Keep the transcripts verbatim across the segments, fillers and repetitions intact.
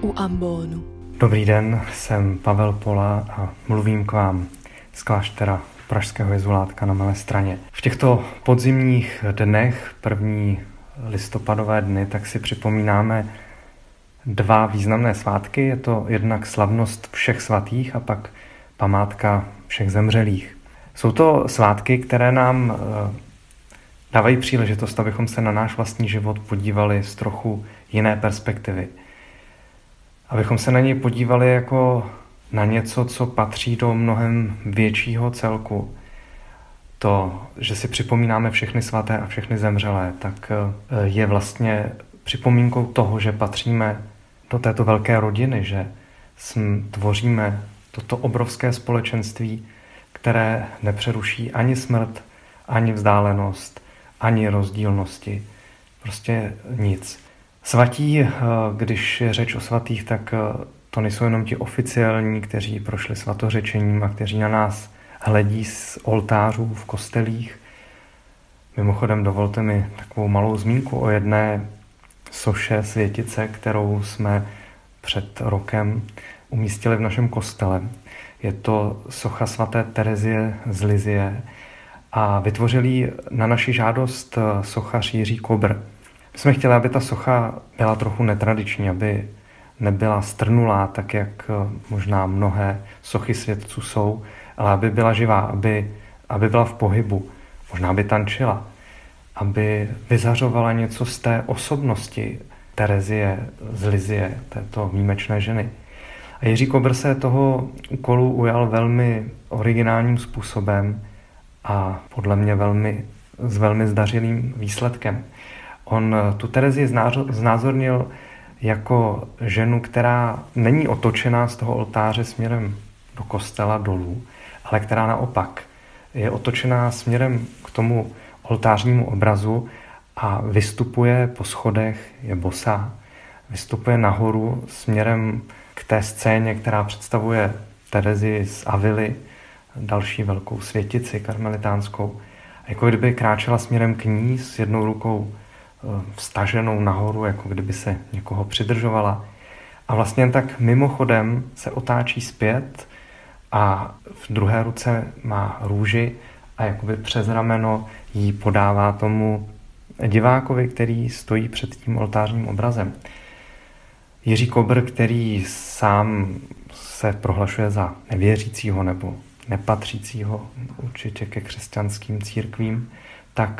u ambonu. Dobrý den, jsem Pavel Pola a mluvím k vám z kláštera pražského jezulátka na Malé Straně. V těchto podzimních dnech, první listopadové dny, tak si připomínáme dva významné svátky. Je to jednak slavnost všech svatých a pak památka všech zemřelých. Jsou to svátky, které nám dávají příležitost, abychom se na náš vlastní život podívali z trochu jiné perspektivy. Abychom se na něj podívali jako na něco, co patří do mnohem většího celku. To, že si připomínáme všechny svaté a všechny zemřelé, tak je vlastně připomínkou toho, že patříme do této velké rodiny, že tvoříme toto obrovské společenství, které nepřeruší ani smrt, ani vzdálenost, ani rozdílnosti. Prostě nic. Svatí, když je řeč o svatých, tak to nejsou jenom ti oficiální, kteří prošli svatořečením a kteří na nás hledí z oltářů v kostelích. Mimochodem dovolte mi takovou malou zmínku o jedné soše světice, kterou jsme před rokem umístili v našem kostele. Je to socha svaté Terezie z Lizie a vytvořil ji na naši žádost sochař Jiří Kobr. My jsme chtěli, aby ta socha byla trochu netradiční, aby nebyla strnulá, tak jak možná mnohé sochy světců jsou, ale aby byla živá, aby, aby byla v pohybu, možná by tančila, aby vyzařovala něco z té osobnosti Terezie z Lizie, této výjimečné ženy. A Jiří Kobr se toho úkolu ujal velmi originálním způsobem a podle mě velmi, s velmi zdařilým výsledkem. On tu Terezii znázornil jako ženu, která není otočená z toho oltáře směrem do kostela dolů, ale která naopak je otočená směrem k tomu oltářnímu obrazu a vystupuje po schodech, je bosá, vystupuje nahoru směrem k té scéně, která představuje Terezii z Avily, další velkou světici karmelitánskou. A jako kdyby kráčela směrem k ní s jednou rukou vstaženou nahoru, jako kdyby se někoho přidržovala. A vlastně jen tak mimochodem se otáčí zpět a v druhé ruce má růži a jakoby přes rameno jí podává tomu divákovi, který stojí před tím oltářním obrazem. Jiří Kobr, který sám se prohlašuje za nevěřícího nebo nepatřícího určitě ke křesťanským církvím, tak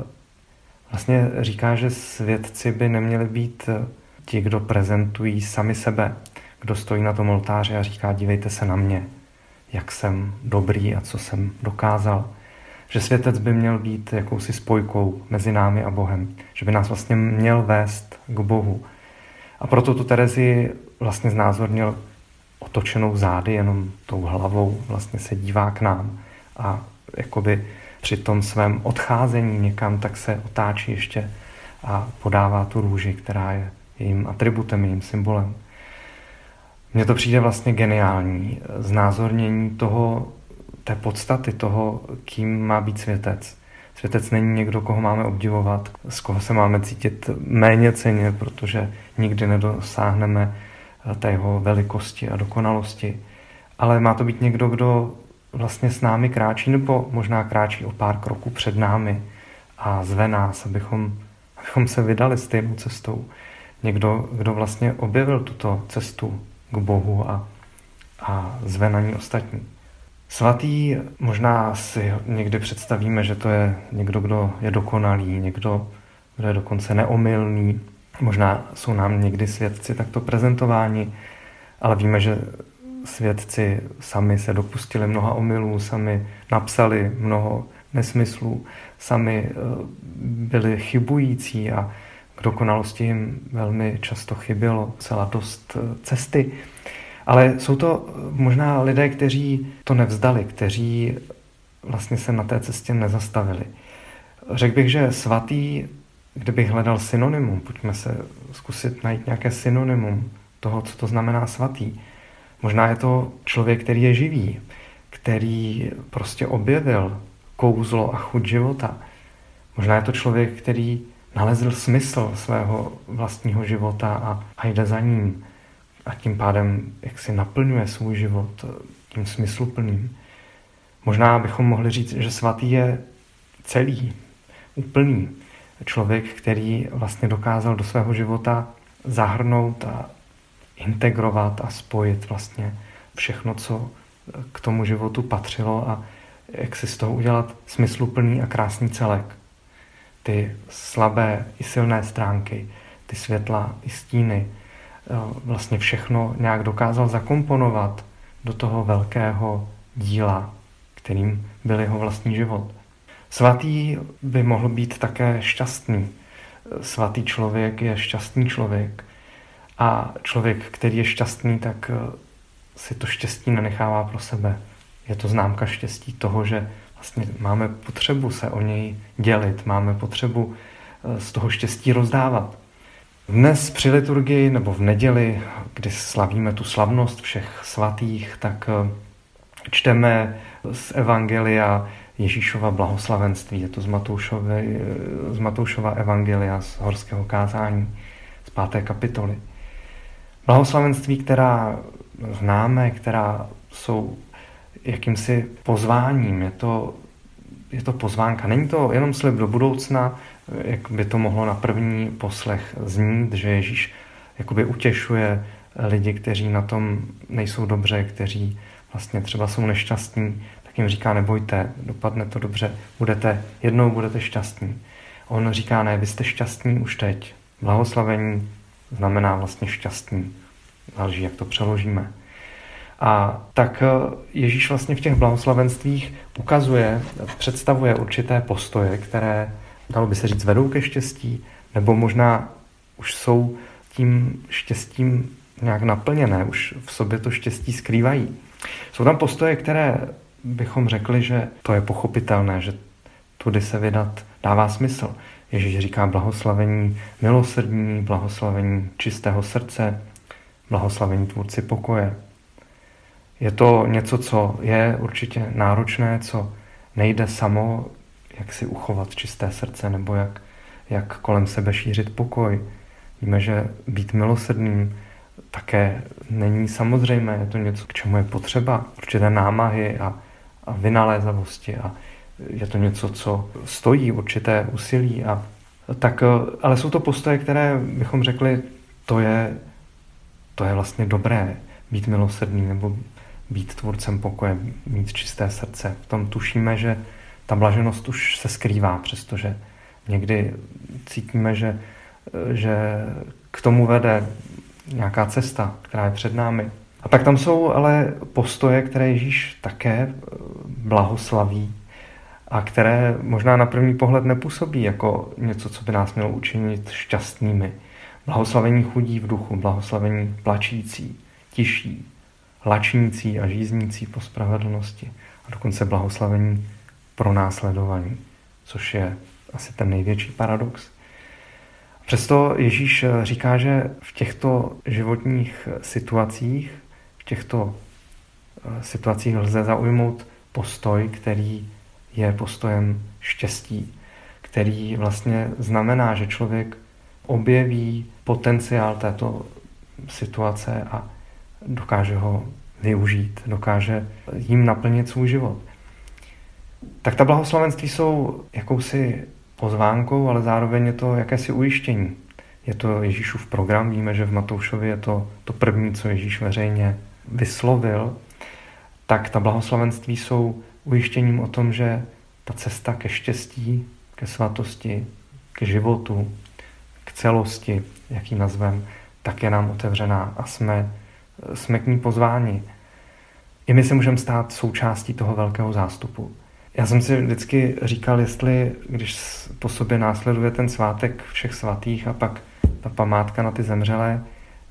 vlastně říká, že svědci by neměli být ti, kdo prezentují sami sebe, kdo stojí na tom oltáři a říká, dívejte se na mě, jak jsem dobrý a co jsem dokázal. Že světec by měl být jakousi spojkou mezi námi a Bohem, že by nás vlastně měl vést k Bohu. A proto tu Terezii vlastně znázornil otočenou zády, jenom tou hlavou vlastně se dívá k nám a jakoby při tom svém odcházení někam, tak se otáčí ještě a podává tu růži, která je jejím atributem, jejím symbolem. Mně to přijde vlastně geniální znázornění toho, té podstaty toho, kým má být světec. Světec není někdo, koho máme obdivovat, z koho se máme cítit méně cenně, protože nikdy nedosáhneme té jeho velikosti a dokonalosti. Ale má to být někdo, kdo vlastně s námi kráčí, nebo možná kráčí o pár kroků před námi a zve nás, abychom, abychom se vydali stejnou cestou. Někdo, kdo vlastně objevil tuto cestu k Bohu a, a zve na ní ostatní. Svatý možná si někdy představíme, že to je někdo, kdo je dokonalý, někdo, kdo je dokonce neomylný. Možná jsou nám někdy svědci takto prezentováni, ale víme, že svědci sami se dopustili mnoha omylů, sami napsali mnoho nesmyslů, sami byli chybující a k dokonalosti jim velmi často chybělo celá dost cesty. Ale jsou to možná lidé, kteří to nevzdali, kteří vlastně se na té cestě nezastavili. Řekl bych, že svatý, kdybych hledal synonymum, pojďme se zkusit najít nějaké synonymum toho, co to znamená svatý. Možná je to člověk, který je živý, který prostě objevil kouzlo a chuť života. Možná je to člověk, který nalezl smysl svého vlastního života a, a jde za ním. a tím pádem jak si naplňuje svůj život tím smysluplným. Možná bychom mohli říct, že svatý je celý, úplný člověk, který vlastně dokázal do svého života zahrnout a integrovat a spojit vlastně všechno, co k tomu životu patřilo a jak si z toho udělat smysluplný a krásný celek. Ty slabé i silné stránky, ty světla i stíny, vlastně všechno nějak dokázal zakomponovat do toho velkého díla, kterým byl jeho vlastní život. Svatý by mohl být také šťastný. Svatý člověk je šťastný člověk a člověk, který je šťastný, tak si to štěstí nenechává pro sebe. Je to známka štěstí toho, že vlastně máme potřebu se o něj dělit, máme potřebu z toho štěstí rozdávat. Dnes při liturgii nebo v neděli, kdy slavíme tu slavnost všech svatých, tak čteme z Evangelia Ježíšova blahoslavenství. Je to z, Matoušovy, z Matoušova Evangelia, z horského kázání, z páté kapitoly. Blahoslavenství, která známe, která jsou jakýmsi pozváním. Je to, je to pozvánka. Není to jenom slib do budoucna, jak by to mohlo na první poslech znít, že Ježíš jakoby utěšuje lidi, kteří na tom nejsou dobře, kteří vlastně třeba jsou nešťastní, tak jim říká, nebojte, dopadne to dobře, budete, jednou budete šťastní. On říká, ne, vy jste šťastní už teď. Blahoslavení znamená vlastně šťastný. Záleží, jak to přeložíme. A tak Ježíš vlastně v těch blahoslavenstvích ukazuje, představuje určité postoje, které, dalo by se říct, vedou ke štěstí, nebo možná už jsou tím štěstím nějak naplněné, už v sobě to štěstí skrývají. Jsou tam postoje, které bychom řekli, že to je pochopitelné, že tudy se vydat dává smysl. Ježíš říká blahoslavení milosrdní, blahoslavení čistého srdce, blahoslavení tvůrci pokoje. Je to něco, co je určitě náročné, co nejde samo, jak si uchovat čisté srdce nebo jak, jak kolem sebe šířit pokoj. Víme, že být milosrdným také není samozřejmé, je to něco, k čemu je potřeba určité námahy a, a vynalézavosti a je to něco, co stojí určité úsilí. A, tak, ale jsou to postoje, které bychom řekli, to je, to je vlastně dobré, být milosrdný nebo být tvůrcem pokoje, mít čisté srdce. V tom tušíme, že ta blaženost už se skrývá, přestože někdy cítíme, že, že k tomu vede nějaká cesta, která je před námi. A pak tam jsou ale postoje, které Ježíš také blahoslaví a které možná na první pohled nepůsobí jako něco, co by nás mělo učinit šťastnými. Blahoslavení chudí v duchu, blahoslavení plačící, tiší, lačnící a žíznící po spravedlnosti a dokonce blahoslavení pronásledovaní, což je asi ten největší paradox. Přesto Ježíš říká, že v těchto životních situacích, v těchto situacích lze zaujmout postoj, který je postojem štěstí, který vlastně znamená, že člověk objeví potenciál této situace a dokáže ho využít, dokáže jim naplnit svůj život. Tak ta blahoslavenství jsou jakousi pozvánkou, ale zároveň je to jakési ujištění. Je to Ježíšův program, víme, že v Matoušovi je to, to první, co Ježíš veřejně vyslovil, tak ta blahoslavenství jsou ujištěním o tom, že ta cesta ke štěstí, ke svatosti, k životu, k celosti, jak ji nazvem, tak je nám otevřená a jsme, jsme k ní pozváni. I my se můžeme stát součástí toho velkého zástupu. Já jsem si vždycky říkal, jestli, když po sobě následuje ten svátek všech svatých a pak ta památka na ty zemřelé,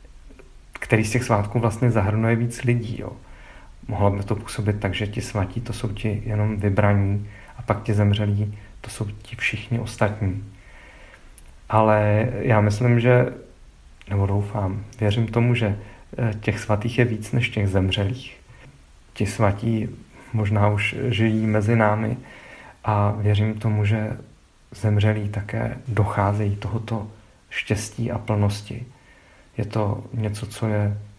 který z těch svátků vlastně zahrnuje víc lidí. Jo. Mohlo by to působit tak, že ti svatí to jsou ti jenom vybraní a pak ti zemřelí to jsou ti všichni ostatní. Ale já myslím, že, nebo doufám, věřím tomu, že těch svatých je víc než těch zemřelých. Ti svatí možná už žijí mezi námi a věřím tomu, že zemřelí také docházejí tohoto štěstí a plnosti. Je to něco, co je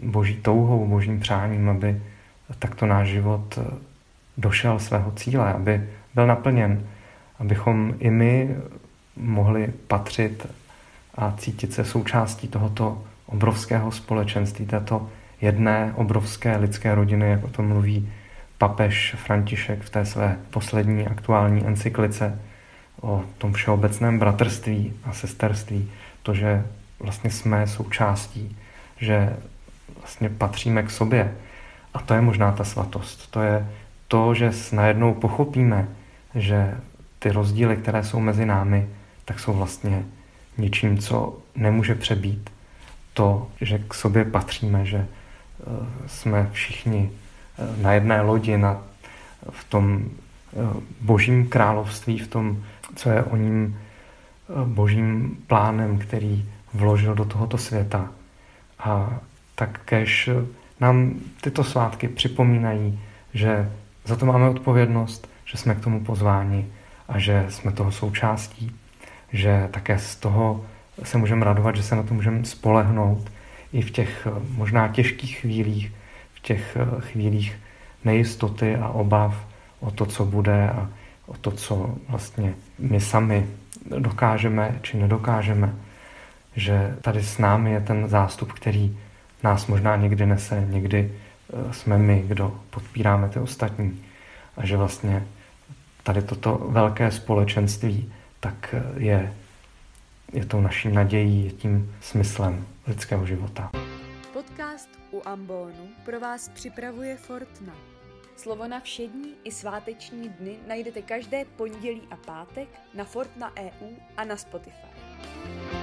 boží touhou, božím přáním, aby takto náš život došel svého cíle, aby byl naplněn, abychom i my mohli patřit a cítit se součástí tohoto obrovského společenství, této jedné obrovské lidské rodiny, jak o tom mluví papež František v té své poslední aktuální encyklice o tom všeobecném bratrství a sesterství. To, že vlastně jsme součástí, že vlastně patříme k sobě. A to je možná ta svatost. To je to, že najednou pochopíme, že ty rozdíly, které jsou mezi námi, tak jsou vlastně něčím, co nemůže přebít. To, že k sobě patříme, že jsme všichni na jedné lodi, na, v tom božím království, v tom, co je o ním božím plánem, který vložil do tohoto světa. A tak kéž nám tyto svátky připomínají, že za to máme odpovědnost, že jsme k tomu pozváni a že jsme toho součástí, že také z toho se můžeme radovat, že se na to můžeme spolehnout i v těch možná těžkých chvílích, v těch chvílích nejistoty a obav o to, co bude a o to, co vlastně my sami dokážeme či nedokážeme, že tady s námi je ten zástup, který nás možná někdy nese, někdy jsme my, kdo podpíráme ty ostatní a že vlastně tady toto velké společenství tak je, je tou naší nadějí, je tím smyslem lidského života. Podcast u Ambonu pro vás připravuje Fortna. Slovo na všední i sváteční dny najdete každé pondělí a pátek na Fortna tečka e u a na Spotify.